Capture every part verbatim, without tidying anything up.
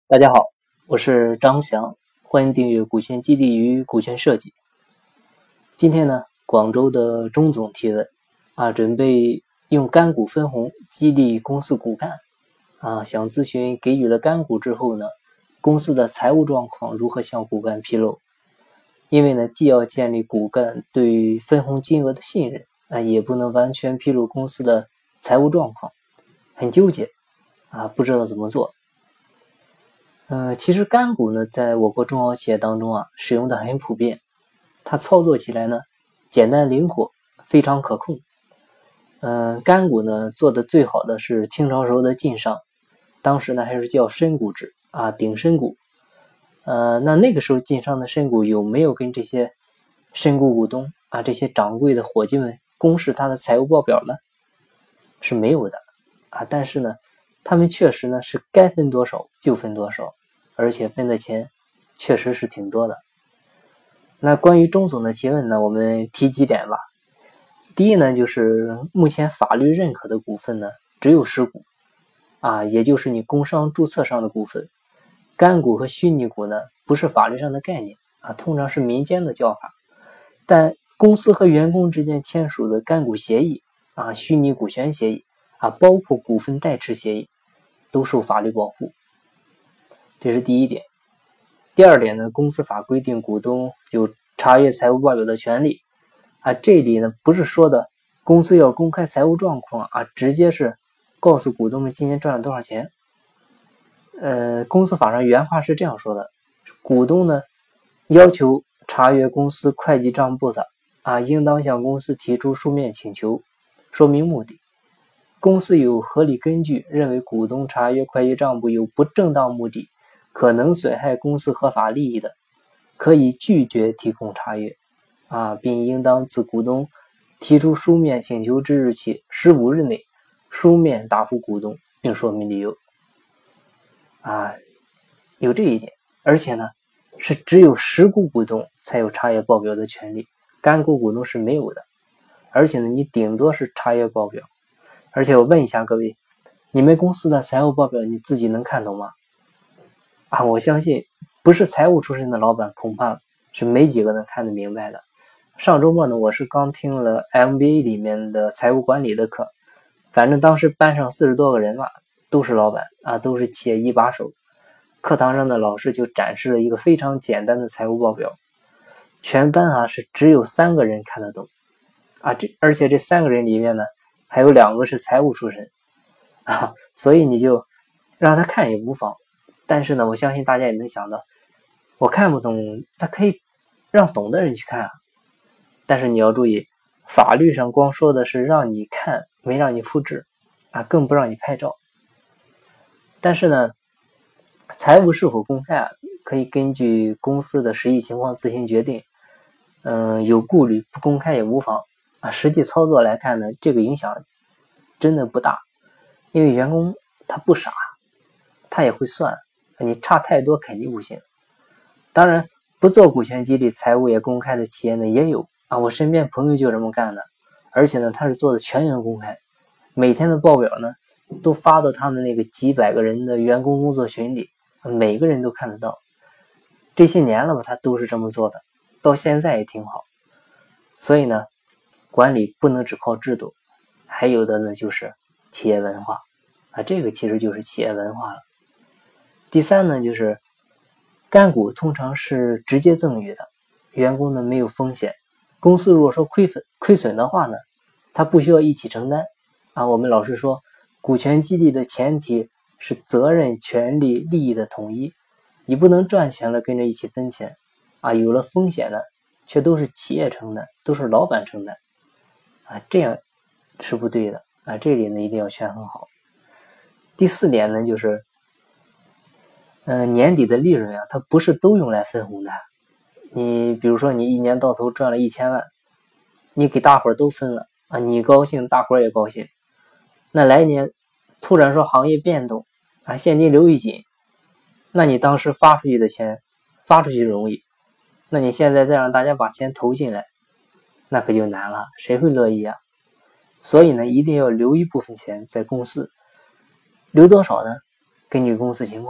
大家好，我是张翔，欢迎订阅股权激励与股权设计。今天呢，广州的钟总提问啊，准备用干股分红激励公司骨干啊，想咨询给予了干股之后呢，公司的财务状况如何向骨干披露？因为呢，既要建立骨干对分红金额的信任啊，也不能完全披露公司的财务状况，很纠结啊，不知道怎么做。呃，其实干股呢，在我国中小企业当中啊，使用的很普遍。它操作起来呢，简单灵活，非常可控。嗯、呃，干股呢做的最好的是清朝时候的晋商，当时呢还是叫深股制啊，顶深股。呃，那那个时候晋商的深股有没有跟这些深股股东啊，这些掌柜的伙计们公示他的财务报表呢？是没有的啊，但是呢，他们确实呢是该分多少就分多少。而且分的钱确实是挺多的。那关于钟总的提问呢，我们提几点吧。第一呢，就是目前法律认可的股份呢，只有实股啊，也就是你工商注册上的股份。干股和虚拟股呢，不是法律上的概念啊，通常是民间的叫法。但公司和员工之间签署的干股协议啊、虚拟股权协议啊，包括股份代持协议，都受法律保护。这是第一点。第二点呢，公司法规定股东有查阅财务报表的权利啊，这里呢不是说的公司要公开财务状况啊，直接是告诉股东们今年赚了多少钱。呃，公司法上原话是这样说的：股东呢要求查阅公司会计账簿的啊，应当向公司提出书面请求，说明目的。公司有合理根据认为股东查阅会计账簿有不正当目的，可能损害公司合法利益的，可以拒绝提供查阅啊，并应当自股东提出书面请求之日起十五日内书面答复股东，并说明理由啊，有这一点。而且呢，是只有实股股东才有查阅报表的权利，干股股东是没有的。而且呢，你顶多是查阅报表。而且我问一下各位，你们公司的财务报表你自己能看懂吗？啊，我相信不是财务出身的老板恐怕是没几个能看得明白的。上周末呢，我是刚听了 M B A 里面的财务管理的课，反正当时班上四十多个人吧，都是老板啊，都是企业一把手。课堂上的老师就展示了一个非常简单的财务报表，全班啊是只有三个人看得懂啊，这而且这三个人里面呢，还有两个是财务出身啊，所以你就让他看也无妨。但是呢，我相信大家也能想到，我看不懂，他可以让懂的人去看啊。但是你要注意，法律上光说的是让你看，没让你复制啊，更不让你拍照。但是呢，财务是否公开啊，可以根据公司的实际情况自行决定。嗯，有顾虑不公开也无妨啊。实际操作来看呢，这个影响真的不大，因为员工他不傻，他也会算。你差太多肯定不行。当然，不做股权激励，财务也公开的企业呢也有啊，我身边朋友就这么干的，而且呢，他是做的全员公开，每天的报表呢都发到他们那个几百个人的员工工作群里，每个人都看得到。这些年了吧，他都是这么做的，到现在也挺好。所以呢，管理不能只靠制度，还有的呢就是企业文化啊，这个其实就是企业文化了。第三呢，就是干股通常是直接赠与的，员工呢没有风险。公司如果说亏损亏损的话呢，他不需要一起承担啊。我们老师说，股权激励的前提是责任、权利、利益的统一，你不能赚钱了跟着一起分钱啊。有了风险呢，却都是企业承担，都是老板承担啊，这样是不对的啊。这里呢一定要权衡好。第四点呢，就是呃，年底的利润啊，它不是都用来分红的。你比如说，你一年到头赚了一千万，你给大伙儿都分了啊，你高兴，大伙儿也高兴。那来年突然说行业变动啊，现金流一紧，那你当时发出去的钱发出去容易，那你现在再让大家把钱投进来，那可就难了，谁会乐意啊？所以呢，一定要留一部分钱在公司，留多少呢？根据公司情况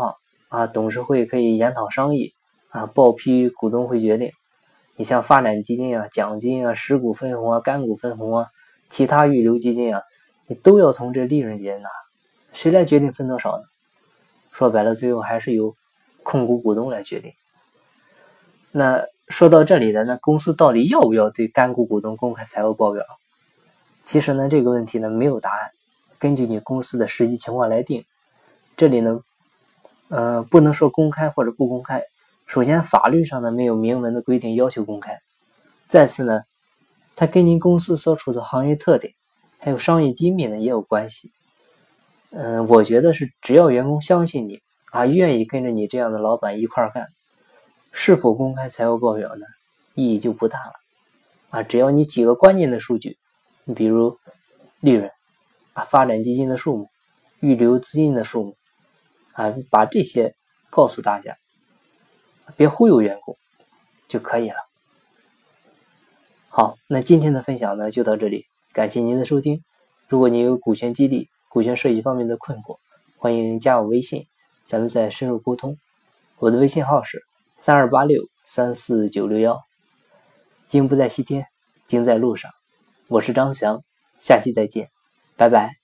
啊，董事会可以研讨商议啊，报批股东会决定。你像发展基金啊、奖金啊、实股分红啊、干股分红啊、其他预留基金啊，你都要从这利润里拿，谁来决定分多少呢？说白了，最后还是由控股股东来决定。那说到这里了，那公司到底要不要对干股股东公开财务报表？其实呢，这个问题呢没有答案，根据你公司的实际情况来定。这里呢，呃，不能说公开或者不公开。首先，法律上呢没有明文的规定要求公开。再次呢，它跟您公司所处的行业特点，还有商业机密呢也有关系。嗯、呃，我觉得是只要员工相信你啊，愿意跟着你这样的老板一块儿干，是否公开财务报表呢，意义就不大了啊。只要你几个关键的数据，你比如利润啊、发展基金的数目、预留资金的数目啊，把这些告诉大家，别忽悠员工就可以了。好，那今天的分享呢就到这里，感谢您的收听。如果您有股权激励、股权设计方面的困惑，欢迎加我微信，咱们再深入沟通。我的微信号是三二八六三四九六一，经不在西天，经在路上。我是张翔，下期再见，拜拜。